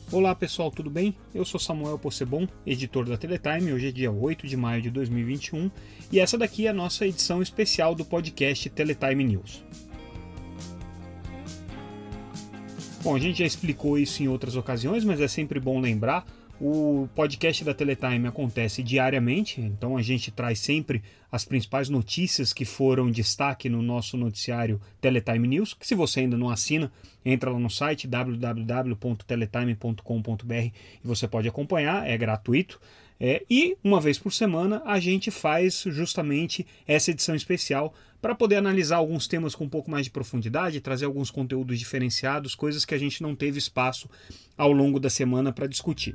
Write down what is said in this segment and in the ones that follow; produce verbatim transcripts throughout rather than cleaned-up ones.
Olá pessoal, tudo bem? Eu sou Samuel Possebon, editor da Teletime. Hoje é dia oito de maio de dois mil e vinte e um e essa daqui é a nossa edição especial do podcast Teletime News. Bom, a gente já explicou isso em outras ocasiões, mas é sempre bom lembrar. O podcast da Teletime acontece diariamente, então a gente traz sempre as principais notícias que foram destaque no nosso noticiário Teletime News, que se você ainda não assina, entra lá no site w w w ponto teletime ponto com ponto b r e você pode acompanhar, é gratuito. É, e uma vez por semana a gente faz justamente essa edição especial para poder analisar alguns temas com um pouco mais de profundidade, trazer alguns conteúdos diferenciados, coisas que a gente não teve espaço ao longo da semana para discutir.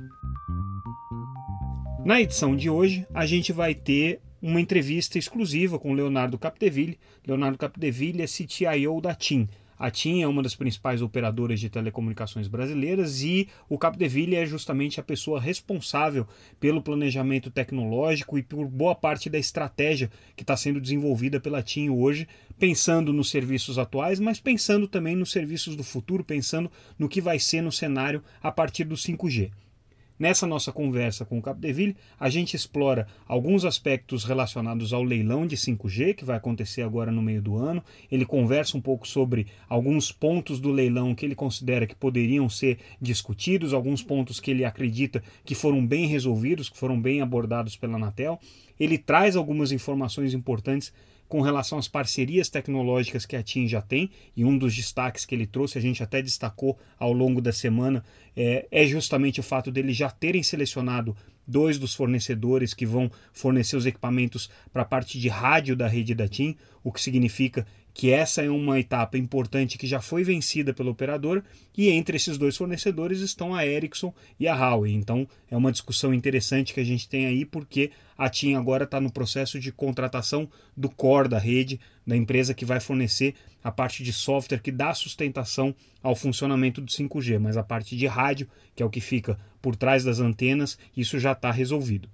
Na edição de hoje, a gente vai ter uma entrevista exclusiva com Leonardo Capdeville. Leonardo Capdeville é C T I O da TIM. A TIM é uma das principais operadoras de telecomunicações brasileiras e o Capdeville é justamente a pessoa responsável pelo planejamento tecnológico e por boa parte da estratégia que está sendo desenvolvida pela TIM hoje, pensando nos serviços atuais, mas pensando também nos serviços do futuro, pensando no que vai ser no cenário a partir do cinco G. Nessa nossa conversa com o Capdeville, a gente explora alguns aspectos relacionados ao leilão de cinco G, que vai acontecer agora no meio do ano. Ele conversa um pouco sobre alguns pontos do leilão que ele considera que poderiam ser discutidos, alguns pontos que ele acredita que foram bem resolvidos, que foram bem abordados pela Anatel. Ele traz algumas informações importantes com relação às parcerias tecnológicas que a TIM já tem, e um dos destaques que ele trouxe, a gente até destacou ao longo da semana, é, é justamente o fato dele já terem selecionado dois dos fornecedores que vão fornecer os equipamentos para a parte de rádio da rede da TIM, o que significa que essa é uma etapa importante que já foi vencida pela operadora, e entre esses dois fornecedores estão a Ericsson e a Huawei. Então é uma discussão interessante que a gente tem aí, porque a TIM agora está no processo de contratação do core da rede, da empresa que vai fornecer a parte de software que dá sustentação ao funcionamento do cinco G, mas a parte de rádio, que é o que fica por trás das antenas, isso já está resolvido.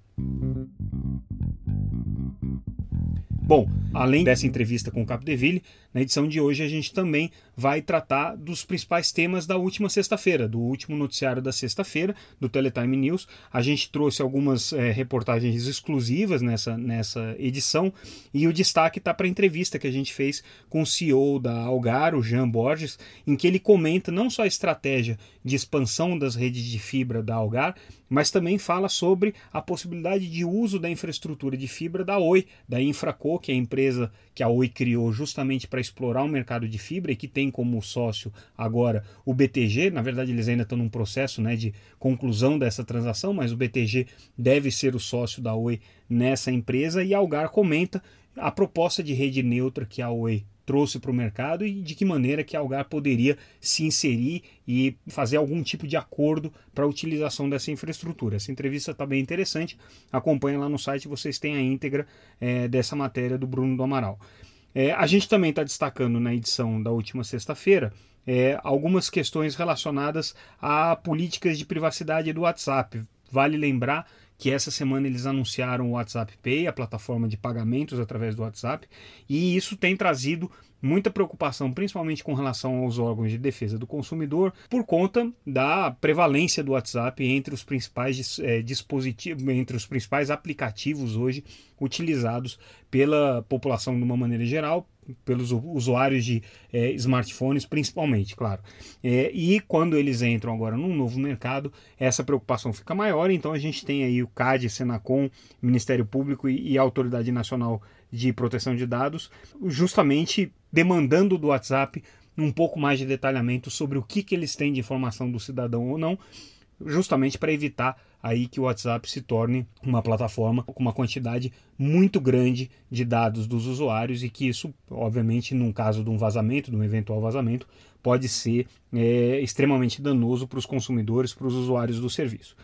Bom, além dessa entrevista com o Capdeville, na edição de hoje a gente também vai tratar dos principais temas da última sexta-feira, do último noticiário da sexta-feira, do Teletime News. A gente trouxe algumas é, reportagens exclusivas nessa, nessa edição, e o destaque está para a entrevista que a gente fez com o C E O da Algar, o Jean Borges, em que ele comenta não só a estratégia de expansão das redes de fibra da Algar, mas também fala sobre a possibilidade de uso da infraestrutura de fibra da Oi, da Infraco, que é a empresa que a Oi criou justamente para explorar o mercado de fibra e que tem como sócio agora o B T G. Na verdade, eles ainda estão num processo, né, de conclusão dessa transação, mas o B T G deve ser o sócio da Oi nessa empresa, e a Algar comenta a proposta de rede neutra que a Oi trouxe para o mercado e de que maneira que a Algar poderia se inserir e fazer algum tipo de acordo para a utilização dessa infraestrutura. Essa entrevista está bem interessante, acompanha lá no site, vocês têm a íntegra é, dessa matéria do Bruno do Amaral. É, a gente também está destacando na edição da última sexta-feira é, algumas questões relacionadas a políticas de privacidade do WhatsApp. Vale lembrar que essa semana eles anunciaram o WhatsApp Pay, a plataforma de pagamentos através do WhatsApp, e isso tem trazido muita preocupação, principalmente com relação aos órgãos de defesa do consumidor, por conta da prevalência do WhatsApp entre os principais é, dispositivos, entre os principais aplicativos hoje utilizados pela população de uma maneira geral, pelos usuários de é, smartphones principalmente, claro. É, e quando eles entram agora num novo mercado, essa preocupação fica maior, então a gente tem aí o C A D, Senacom, Ministério Público e, e a Autoridade Nacional de Proteção de Dados, justamente demandando do WhatsApp um pouco mais de detalhamento sobre o que, que eles têm de informação do cidadão ou não, justamente para evitar aí que o WhatsApp se torne uma plataforma com uma quantidade muito grande de dados dos usuários, e que isso, obviamente, num caso de um vazamento, de um eventual vazamento, pode ser é, extremamente danoso para os consumidores, para os usuários do serviço.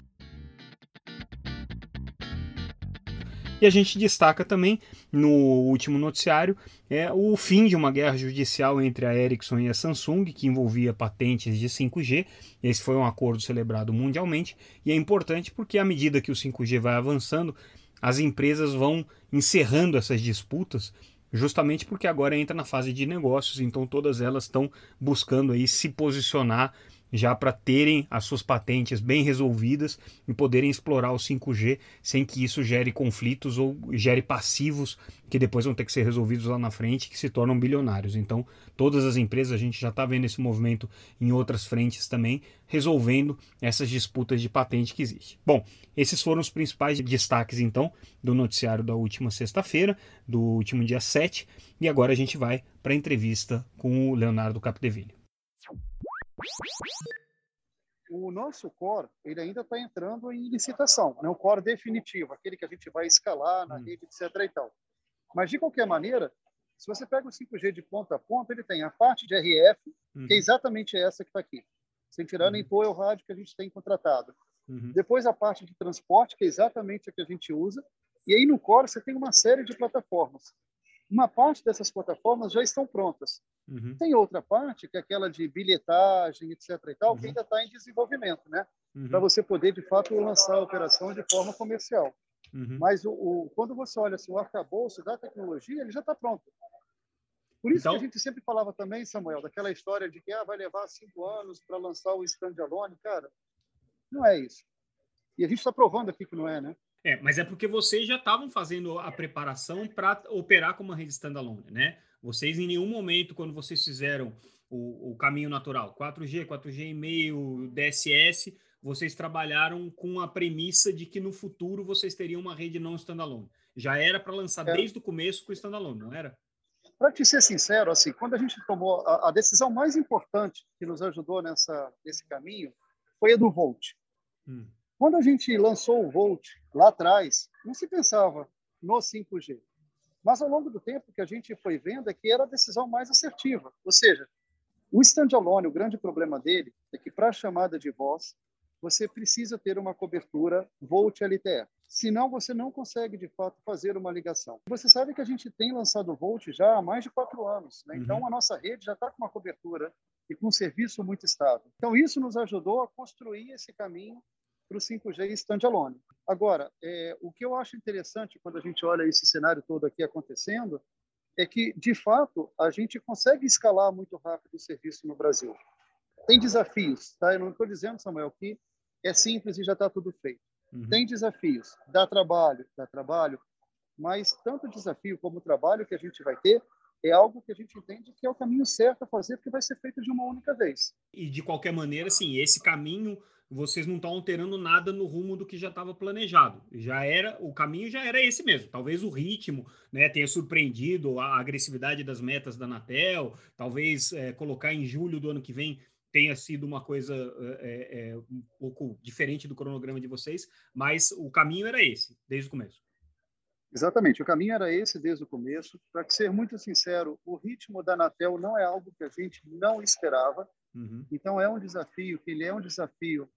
E a gente destaca também, no último noticiário, é, o fim de uma guerra judicial entre a Ericsson e a Samsung, que envolvia patentes de cinco G. Esse foi um acordo celebrado mundialmente, e é importante porque, à medida que o cinco G vai avançando, as empresas vão encerrando essas disputas, justamente porque agora entra na fase de negócios, então todas elas estão buscando aí se posicionar já para terem as suas patentes bem resolvidas e poderem explorar o cinco G sem que isso gere conflitos ou gere passivos que depois vão ter que ser resolvidos lá na frente, que se tornam bilionários. Então, todas as empresas, a gente já está vendo esse movimento em outras frentes também, resolvendo essas disputas de patente que existem. Bom, esses foram os principais destaques, então, do noticiário da última sexta-feira, do último dia sete, e agora a gente vai para a entrevista com o Leonardo Capdeville. O nosso core ele ainda está entrando em licitação, né? O core definitivo, aquele que a gente vai escalar na hum. rede, etc. E tal. Mas, de qualquer maneira, se você pega o cinco G de ponta a ponta, ele tem a parte de R F, uhum. que é exatamente essa que está aqui, sem tirar nem pôr o rádio que a gente tem contratado. Uhum. Depois a parte de transporte, que é exatamente a que a gente usa. E aí no core você tem uma série de plataformas. Uma parte dessas plataformas já estão prontas. Uhum. Tem outra parte, que é aquela de bilhetagem, etc. e tal, uhum. que ainda está em desenvolvimento, né? Uhum. Para você poder, de fato, lançar a operação de forma comercial. Uhum. Mas o, o, quando você olha assim, o arcabouço da tecnologia, ele já está pronto. Por isso então... que a gente sempre falava também, Samuel, daquela história de que ah, vai levar cinco anos para lançar o standalone. Cara, não é isso. E a gente está provando aqui que não é, né? É, mas é porque vocês já estavam fazendo a preparação para operar como uma rede standalone, né? Vocês, em nenhum momento, quando vocês fizeram o, o caminho natural, quatro G, quatro G e meio, D S S, vocês trabalharam com a premissa de que no futuro vocês teriam uma rede não standalone. Já era para lançar é. desde o começo com o standalone, não era? Para te ser sincero, assim, quando a gente tomou a, a decisão mais importante que nos ajudou nessa, nesse caminho foi a do Volt. Hum. Quando a gente lançou o Volt lá atrás, não se pensava no cinco G. Mas ao longo do tempo que a gente foi vendo é que era a decisão mais assertiva. Ou seja, o standalone, o grande problema dele é que para a chamada de voz, você precisa ter uma cobertura Volt L T E. Senão você não consegue, de fato, fazer uma ligação. Você sabe que a gente tem lançado o Volt já há mais de quatro anos. Né? Uhum. Então, a nossa rede já está com uma cobertura e com um serviço muito estável. Então, isso nos ajudou a construir esse caminho para o cinco G standalone. Agora, é, o que eu acho interessante quando a gente olha esse cenário todo aqui acontecendo é que, de fato, a gente consegue escalar muito rápido o serviço no Brasil. Tem desafios, tá? Eu não estou dizendo, Samuel, que é simples e já está tudo feito. Uhum. Tem desafios, dá trabalho, dá trabalho, mas tanto desafio como trabalho que a gente vai ter é algo que a gente entende que é o caminho certo a fazer, porque vai ser feito de uma única vez. E, de qualquer maneira, assim, esse caminho, vocês não estão alterando nada no rumo do que já estava planejado. Já era, o caminho já era esse mesmo. Talvez o ritmo, né, tenha surpreendido a agressividade das metas da Anatel, talvez é, colocar em julho do ano que vem tenha sido uma coisa é, é, um pouco diferente do cronograma de vocês, mas o caminho era esse, desde o começo. Exatamente, o caminho era esse desde o começo. Para ser muito sincero, o ritmo da Anatel não é algo que a gente não esperava. Uhum. Então, é um desafio, que ele é um desafio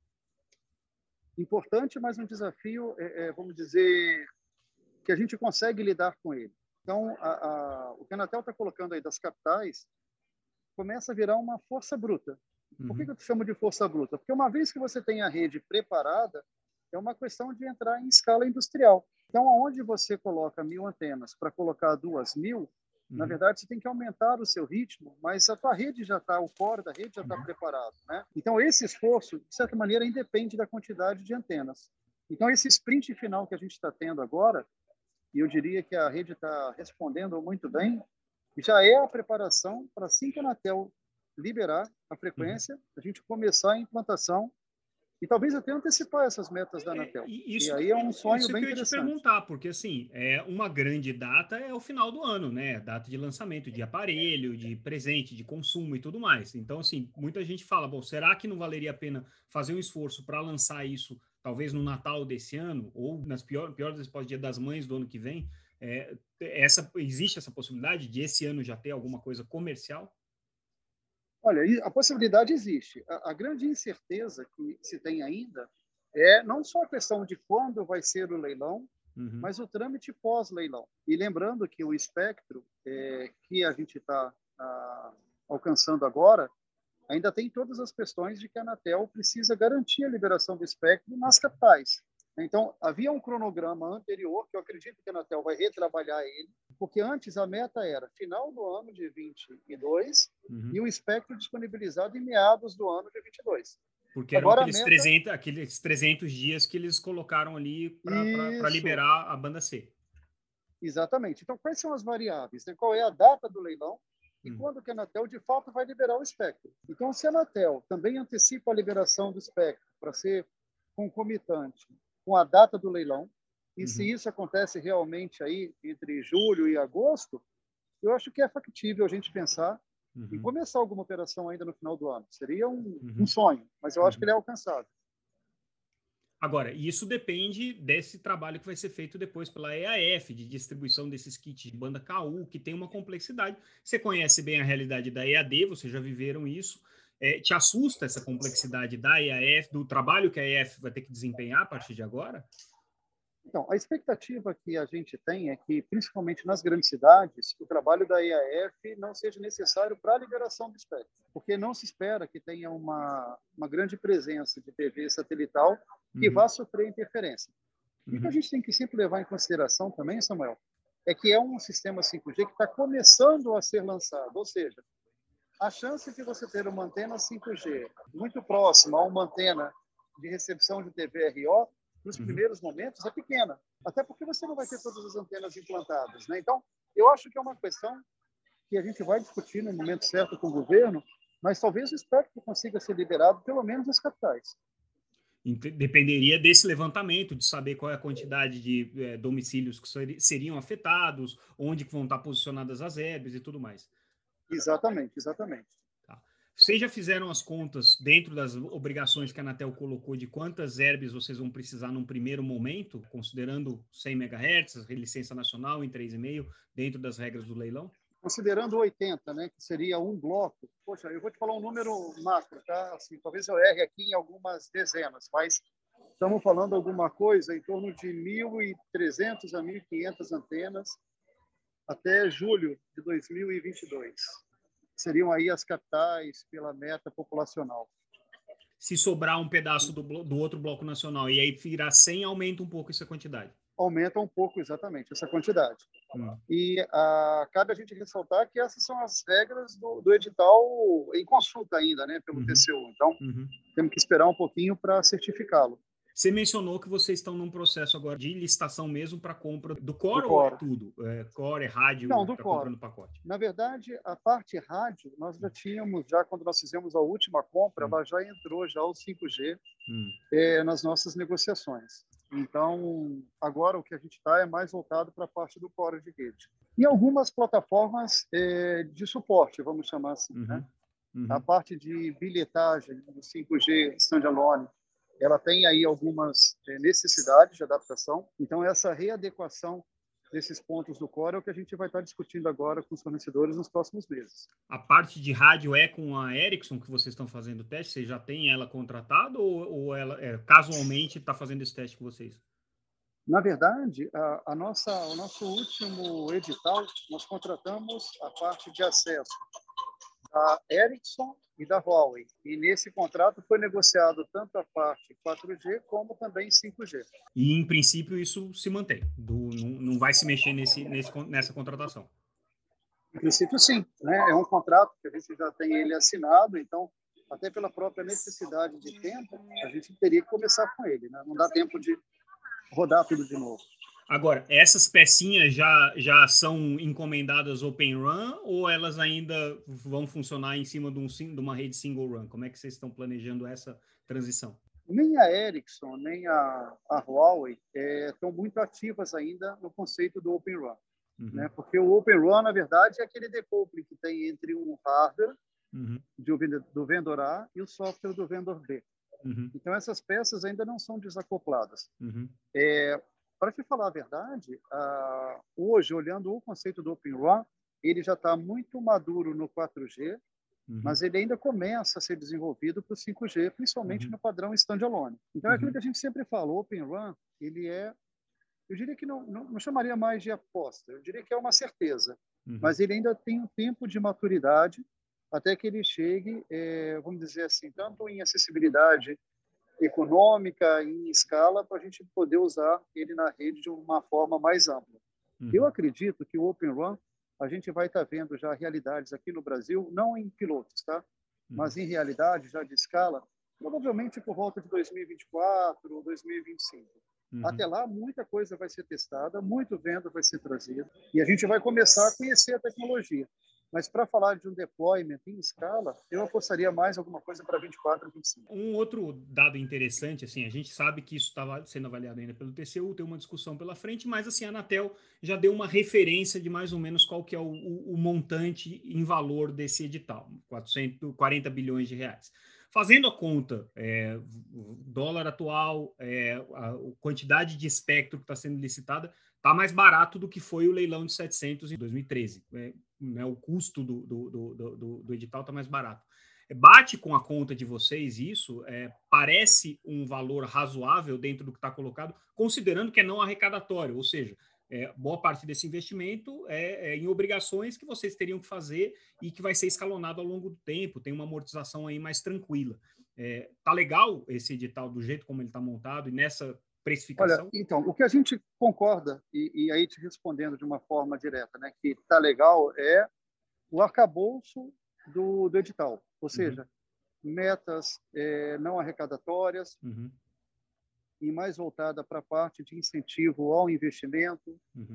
importante, mas um desafio, é, é, vamos dizer, que a gente consegue lidar com ele. Então, a, a, o que a Anatel está colocando aí das capitais começa a virar uma força bruta. Uhum. Por que eu chamo de força bruta? Porque uma vez que você tem a rede preparada, é uma questão de entrar em escala industrial. Então, aonde você coloca mil antenas para colocar duas mil, uhum. na verdade, você tem que aumentar o seu ritmo, mas a tua rede já está, o core da rede já está uhum. preparado, né? Então, esse esforço, de certa maneira, independe da quantidade de antenas. Então, esse sprint final que a gente está tendo agora, e eu diria que a rede está respondendo muito bem, já é a preparação para assim que a Anatel liberar a frequência, uhum. a gente começar a implantação e talvez até antecipar essas metas da Anatel. É, isso, e aí é um sonho isso bem que eu interessante. Ia te perguntar, porque assim, é uma grande data é o final do ano, né? Data de lançamento de aparelho, de presente, de consumo e tudo mais. Então, assim, muita gente fala, bom, será que não valeria a pena fazer um esforço para lançar isso, talvez no Natal desse ano, ou nas piores pior das hipóteses, Dia das Mães do ano que vem? É, essa, existe essa possibilidade de esse ano já ter alguma coisa comercial? Olha, a possibilidade existe. A, a grande incerteza que se tem ainda é não só a questão de quando vai ser o leilão, uhum. mas o trâmite pós-leilão. E lembrando que o espectro é, que a gente está alcançando agora ainda tem todas as questões de que a Anatel precisa garantir a liberação do espectro nas capitais. Então, havia um cronograma anterior, que eu acredito que a Anatel vai retrabalhar ele, porque antes a meta era final do ano de vinte e dois uhum. e o espectro disponibilizado em meados do ano de vinte e dois. Porque eram Agora, aqueles, meta... trezentos, aqueles trezentos dias que eles colocaram ali para liberar a banda C. Exatamente. Então, quais são as variáveis? Qual é a data do leilão e hum. quando que a Anatel, de fato, vai liberar o espectro? Então, se a Anatel também antecipa a liberação do espectro para ser concomitante com a data do leilão, e uhum. se isso acontece realmente aí entre julho e agosto, eu acho que é factível a gente pensar uhum. em começar alguma operação ainda no final do ano. Seria um, uhum. um sonho, mas eu acho uhum. que ele é alcançável. Agora, isso depende desse trabalho que vai ser feito depois pela E A F, de distribuição desses kits de banda K U, que tem uma complexidade. Você conhece bem a realidade da E A D, vocês já viveram isso. É, te assusta essa complexidade da E A F, do trabalho que a E A F vai ter que desempenhar a partir de agora? Então, a expectativa que a gente tem é que, principalmente nas grandes cidades, o trabalho da E A F não seja necessário para a liberação do espectro, porque não se espera que tenha uma, uma grande presença de T V satelital que uhum. vá sofrer interferência. Uhum. E o que a gente tem que sempre levar em consideração também, Samuel, é que é um sistema cinco G que está começando a ser lançado, ou seja, a chance de você ter uma antena cinco G muito próxima a uma antena de recepção de T V R O nos uhum. primeiros momentos é pequena, até porque você não vai ter todas as antenas implantadas, né? Então, eu acho que é uma questão que a gente vai discutir no momento certo com o governo, mas talvez o espectro consiga ser liberado, pelo menos nas capitais. Dependeria desse levantamento, de saber qual é a quantidade de é, domicílios que ser, seriam afetados, onde que vão estar posicionadas as herbes e tudo mais. Exatamente, exatamente. Tá. Vocês já fizeram as contas dentro das obrigações que a Anatel colocou de quantas herbes vocês vão precisar num primeiro momento, considerando cem megahertz, licença nacional em três vírgula cinco, dentro das regras do leilão? Considerando oitenta, né, que seria um bloco, poxa, eu vou te falar um número macro, tá? Assim, talvez eu erre aqui em algumas dezenas, mas estamos falando alguma coisa em torno de mil e trezentas a mil e quinhentas antenas até julho de dois mil e vinte e dois. Seriam aí as capitais pela meta populacional. Se sobrar um pedaço do, do outro bloco nacional e aí virar cem, aumenta um pouco essa quantidade. Aumenta um pouco, exatamente, essa quantidade. Hum. E ah, cabe a gente ressaltar que essas são as regras do, do edital em consulta ainda, né, pelo uhum. T C U. Então, uhum. temos que esperar um pouquinho para certificá-lo. Você mencionou que vocês estão num processo agora de licitação mesmo para compra do core, do core. Ou é tudo? É, core, é rádio? Não, do core. No pacote. Na verdade, a parte rádio, nós já tínhamos, já quando nós fizemos a última compra, hum. ela já entrou já o cinco G hum. é, nas nossas negociações. Então, agora o que a gente está é mais voltado para a parte do core de rede. E algumas plataformas é, de suporte, vamos chamar assim. Uhum. Né? Uhum. A parte de bilhetagem do cinco G standalone, ela tem aí algumas é, necessidades de adaptação. Então, essa readequação desses pontos do core é o que a gente vai estar discutindo agora com os fornecedores nos próximos meses. A parte de rádio é com a Ericsson que vocês estão fazendo o teste? Vocês já têm ela contratada ou, ou ela é, casualmente está fazendo esse teste com vocês? Na verdade, a, a nossa, o nosso último edital, nós contratamos a parte de acesso da Ericsson e da Huawei. E nesse contrato foi negociado tanto a parte quatro G como também cinco G. E, em princípio, isso se mantém? Do, não, não vai se mexer nesse, nesse, nessa contratação? Em princípio, sim. Né? É um contrato que a gente já tem ele assinado, então, até pela própria necessidade de tempo, a gente teria que começar com ele. Né? Não dá tempo de rodar tudo de novo. Agora, essas pecinhas já, já são encomendadas Open Run ou elas ainda vão funcionar em cima de, um, de uma rede Single Run? Como é que vocês estão planejando essa transição? Nem a Ericsson, nem a, a Huawei é, estão muito ativas ainda no conceito do Open Run. Uhum. Né? Porque o Open Run, na verdade, é aquele decoupling que tem entre o hardware uhum. de, do vendor A e o software do vendor B. Uhum. Então, essas peças ainda não são desacopladas. Uhum. É, para te falar a verdade, uh, hoje, olhando o conceito do Open Run, ele já está muito maduro no quatro G, uhum. mas ele ainda começa a ser desenvolvido para o cinco G, principalmente uhum. no padrão standalone. Então, uhum. é aquilo que a gente sempre fala, o Open Run, ele é, eu diria que não, não, não chamaria mais de aposta, eu diria que é uma certeza, uhum. mas ele ainda tem um tempo de maturidade até que ele chegue, é, vamos dizer assim, tanto em acessibilidade econômica, em escala, para a gente poder usar ele na rede de uma forma mais ampla. Uhum. Eu acredito que o Open Run, a gente vai estar vendo já realidades aqui no Brasil, não em pilotos, tá? Uhum. Mas em realidade, já de escala, provavelmente por volta de dois mil e vinte e quatro ou dois mil e vinte e cinco. Uhum. Até lá, muita coisa vai ser testada, muito venda vai ser trazida, e a gente vai começar a conhecer a tecnologia. Mas para falar de um deployment em escala, eu apostaria mais alguma coisa para vinte e quatro, vinte e cinco. Um outro dado interessante, assim, a gente sabe que isso está sendo avaliado ainda pelo T C U, tem uma discussão pela frente, mas assim, a Anatel já deu uma referência de mais ou menos qual que é o, o, o montante em valor desse edital, quatrocentos, quarenta bilhões de reais. Fazendo a conta, é, o dólar atual, é, a, a quantidade de espectro que está sendo licitada, está mais barato do que foi o leilão de setecentos em dois mil e treze. É, né, o custo do, do, do, do, do edital está mais barato. Bate com a conta de vocês isso? É, parece um valor razoável dentro do que está colocado, considerando que é não arrecadatório, ou seja, é, boa parte desse investimento é, é em obrigações que vocês teriam que fazer e que vai ser escalonado ao longo do tempo, tem uma amortização aí mais tranquila. É, tá legal esse edital do jeito como ele está montado e nessa precificação? Olha, então, o que a gente concorda, e, e aí te respondendo de uma forma direta, né, que tá legal, é o arcabouço do, do edital, ou seja, uhum. metas é, não arrecadatórias, uhum. e mais voltada para a parte de incentivo ao investimento, uhum.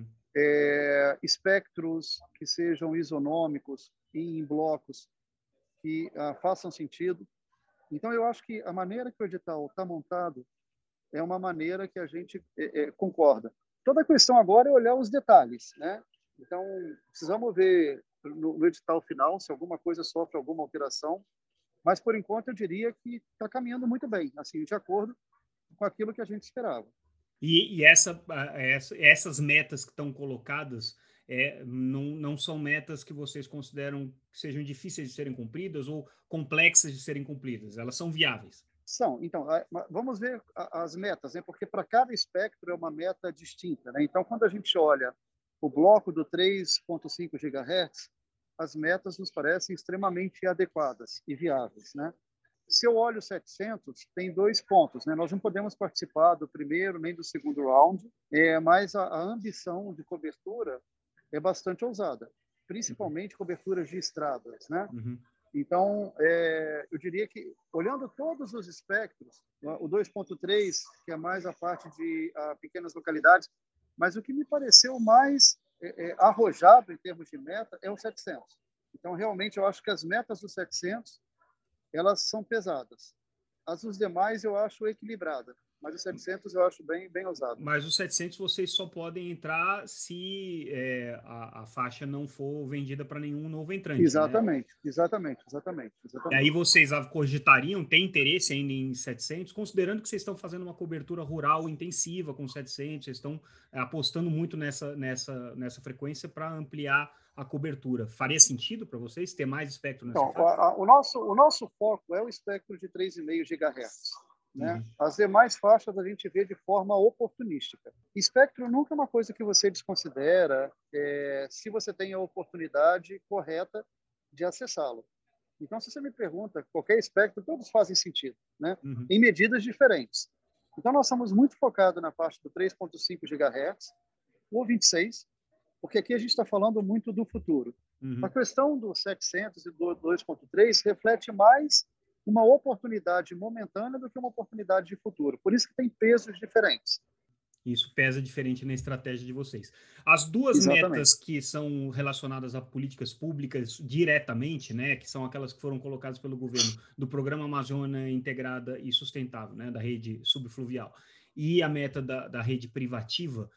é, espectros que sejam isonômicos e em blocos que ah, façam sentido. Então, eu acho que a maneira que o edital está montado é uma maneira que a gente é, é, concorda. Toda a questão agora é olhar os detalhes, né? Então, precisamos ver no, no edital final se alguma coisa sofre alguma alteração, mas, por enquanto, eu diria que está caminhando muito bem, assim, de acordo com aquilo que a gente esperava. E, e essa, essa, essas metas que estão colocadas é, não, não são metas que vocês consideram que sejam difíceis de serem cumpridas ou complexas de serem cumpridas? Elas são viáveis? São. Então, vamos ver as metas, né? Porque para cada espectro é uma meta distinta, né? Então, quando a gente olha o bloco do três ponto cinco gigahertz, as metas nos parecem extremamente adequadas e viáveis, né? Se eu olho setecentos, tem dois pontos, né? Nós não podemos participar do primeiro nem do segundo round, é, mas a, a ambição de cobertura é bastante ousada, principalmente uhum. coberturas de estradas, né? Uhum. Então, é, eu diria que, olhando todos os espectros, o dois ponto três, que é mais a parte de a, pequenas localidades, mas o que me pareceu mais é, é, arrojado em termos de meta é o setecentos. Então, realmente, eu acho que as metas do setecentos, elas são pesadas. As dos demais, eu acho equilibrada. Mas o setecentos eu acho bem, bem ousado. Mas o setecentos vocês só podem entrar se é, a, a faixa não for vendida para nenhum novo entrante. Exatamente, né? exatamente, exatamente, exatamente. E aí vocês cogitariam, tem interesse ainda em setecentos, considerando que vocês estão fazendo uma cobertura rural intensiva com setecentos, vocês estão apostando muito nessa, nessa, nessa frequência para ampliar a cobertura. Faria sentido para vocês ter mais espectro nessa então, faixa? A, a, o, nosso, o nosso foco é o espectro de três vírgula cinco gigahertz. Né? Uhum. As demais faixas a gente vê de forma oportunística. Espectro nunca é uma coisa que você desconsidera é, se você tem a oportunidade correta de acessá-lo. Então, se você me pergunta, qualquer espectro, todos fazem sentido, né? Uhum. Em medidas diferentes. Então, nós estamos muito focados na parte do três ponto cinco gigahertz ou vinte e seis, porque aqui a gente está falando muito do futuro. Uhum. A questão do setecentos e do dois ponto três reflete mais uma oportunidade momentânea do que uma oportunidade de futuro. Por isso que tem pesos diferentes. Isso pesa diferente na estratégia de vocês. As duas Exatamente. metas que são relacionadas a políticas públicas diretamente, né, que são aquelas que foram colocadas pelo governo do Programa Amazônia Integrada e Sustentável, né, da rede subfluvial, e a meta da, da rede privativa,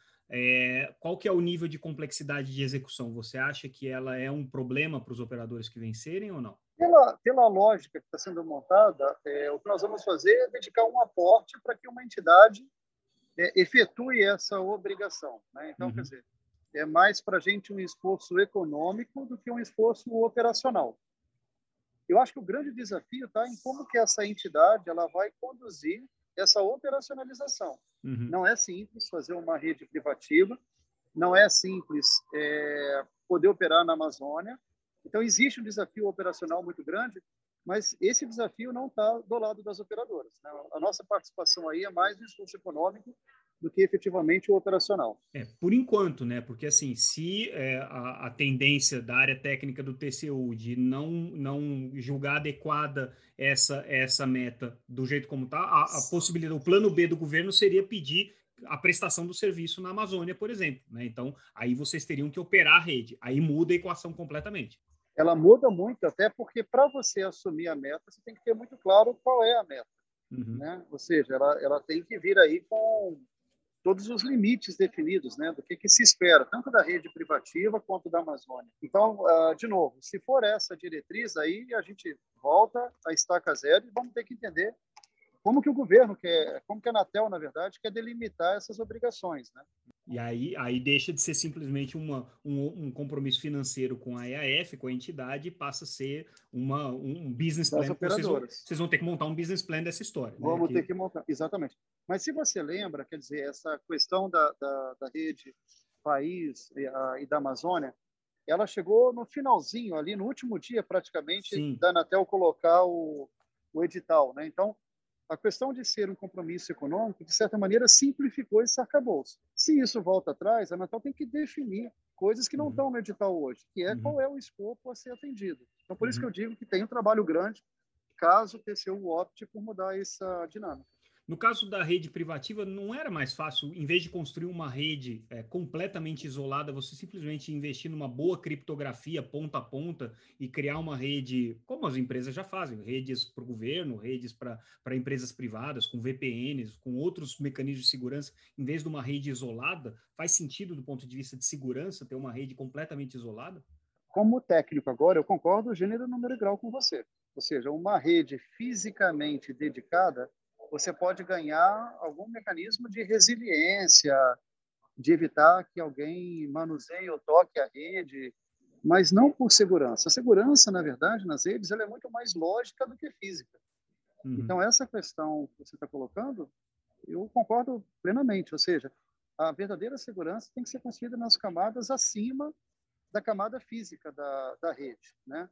é, qual que é o nível de complexidade de execução? Você acha que ela é um problema para os operadores que vencerem ou não? Pela, pela lógica que está sendo montada, é, o que nós vamos fazer é dedicar um aporte para que uma entidade é, efetue essa obrigação. Né? Então, uhum. quer dizer, é mais para a gente um esforço econômico do que um esforço operacional. Eu acho que o grande desafio está em como que essa entidade ela vai conduzir essa operacionalização. Uhum. Não é simples fazer uma rede privativa, não é simples é, poder operar na Amazônia. Então, existe um desafio operacional muito grande, Mas esse desafio não está do lado das operadoras, né? A nossa participação aí é mais no esforço econômico do que efetivamente o operacional. É, por enquanto, né? Porque assim, se é, a, a tendência da área técnica do T C U de não, não julgar adequada essa, essa meta do jeito como está, a, a possibilidade, o plano B do governo seria pedir a prestação do serviço na Amazônia, por exemplo, né? Então, aí vocês teriam que operar a rede. Aí muda a equação completamente. Ela muda muito, até porque para você assumir a meta, você tem que ter muito claro qual é a meta. Uhum. Né? Ou seja, ela, ela tem que vir aí com todos os limites definidos, né, do que, que se espera, tanto da rede privativa quanto da Amazônia. Então, uh, de novo, se for essa diretriz, aí a gente volta a estaca zero e vamos ter que entender como que o governo quer, como que a Anatel, na verdade, quer delimitar essas obrigações, né? E aí, aí deixa de ser simplesmente uma, um, um compromisso financeiro com a E A F, com a entidade, e passa a ser uma, um business plan. Vocês vão, vocês vão ter que montar um business plan dessa história. Vamos né? ter que... que montar, exatamente. Mas se você lembra, quer dizer, essa questão da, da, da rede país e, a, e da Amazônia, ela chegou no finalzinho, ali no último dia, praticamente, Sim. da Anatel colocar o, o edital, né? Então, a questão de ser um compromisso econômico, de certa maneira, simplificou esse arcabouço. Se isso volta atrás, a Anatel tem que definir coisas que não uhum. estão no edital hoje, que é uhum. qual é o escopo a ser atendido. Então, por uhum. isso que eu digo que tem um trabalho grande, caso o T C U opte por mudar essa dinâmica. No caso da rede privativa, não era mais fácil, em vez de construir uma rede é, completamente isolada, você simplesmente investir numa boa criptografia ponta a ponta e criar uma rede, como as empresas já fazem, redes para o governo, redes para empresas privadas, com V P Ns, com outros mecanismos de segurança, em vez de uma rede isolada? Faz sentido do ponto de vista de segurança ter uma rede completamente isolada? Como técnico agora, eu concordo gênero, número e grau com você. Ou seja, uma rede fisicamente dedicada, você pode ganhar algum mecanismo de resiliência, de evitar que alguém manuseie ou toque a rede, mas não por segurança. A segurança, na verdade, nas redes, ela é muito mais lógica do que física. Uhum. Então, essa questão que você está colocando, eu concordo plenamente. Ou seja, a verdadeira segurança tem que ser construída nas camadas acima da camada física da, da rede, né?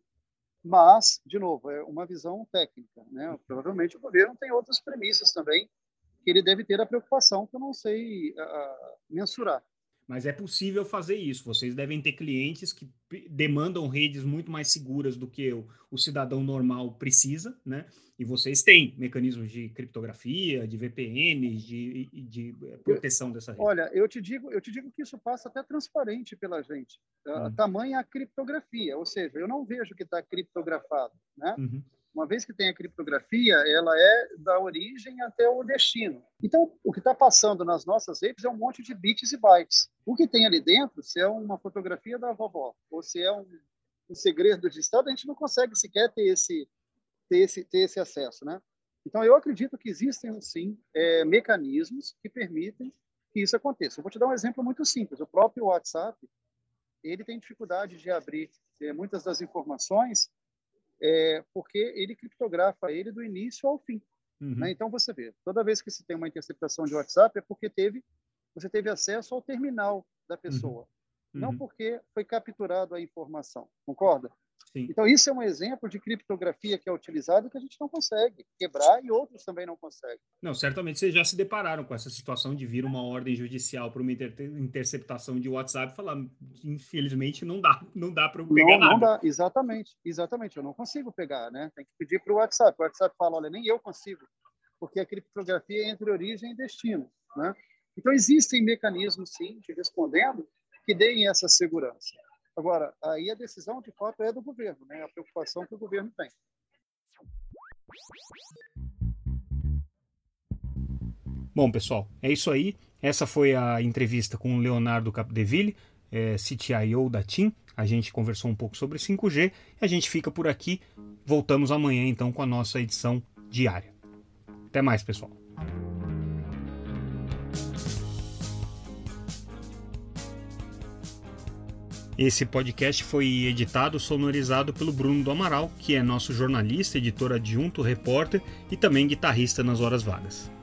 Mas, de novo, é uma visão técnica, né? Provavelmente o governo tem outras premissas também que ele deve ter a preocupação que eu não sei uh, mensurar. Mas é possível fazer isso. Vocês devem ter clientes que demandam redes muito mais seguras do que o, o cidadão normal precisa, né? E vocês têm mecanismos de criptografia, de V P Ns, de, de, de proteção dessa rede. Olha, eu te digo, eu te digo que isso passa até transparente pela gente. Hum. Tamanha a criptografia, ou seja, eu não vejo que está criptografado, né? Uhum. Uma vez que tem a criptografia, ela é da origem até o destino. Então, o que está passando nas nossas redes é um monte de bits e bytes. O que tem ali dentro, se é uma fotografia da vovó, ou se é um, um segredo de Estado, a gente não consegue sequer ter esse, ter esse, ter esse acesso, né? Então, eu acredito que existem, sim, é, mecanismos que permitem que isso aconteça. Eu vou te dar um exemplo muito simples. O próprio WhatsApp, ele tem dificuldade de abrir é, muitas das informações É, porque ele criptografa ele do início ao fim. Uhum. Né? Então, você vê, toda vez que você tem uma interceptação de WhatsApp é porque teve, você teve acesso ao terminal da pessoa, uhum. não porque foi capturado a informação. Concorda? Sim. Então, isso é um exemplo de criptografia que é utilizado que a gente não consegue quebrar e outros também não conseguem. Não, certamente vocês já se depararam com essa situação de vir uma ordem judicial para uma inter interceptação de WhatsApp e falar, infelizmente, não dá, não dá para eu pegar não, nada. Não dá, exatamente, exatamente, eu não consigo pegar, né? Tem que pedir para o WhatsApp. O WhatsApp fala, olha, nem eu consigo, porque a criptografia é entre origem e destino, né? Então, existem mecanismos, sim, te respondendo, que deem essa segurança. Agora, aí a decisão, de fato, é do governo, né? A preocupação que o governo tem. Bom, pessoal, é isso aí. Essa foi a entrevista com o Leonardo Capdeville, é, C T I O da TIM. A gente conversou um pouco sobre cinco G e a gente fica por aqui. Voltamos amanhã, então, com a nossa edição diária. Até mais, pessoal. Esse podcast foi editado, sonorizado pelo Bruno do Amaral, que é nosso jornalista, editor adjunto, repórter e também guitarrista nas horas vagas.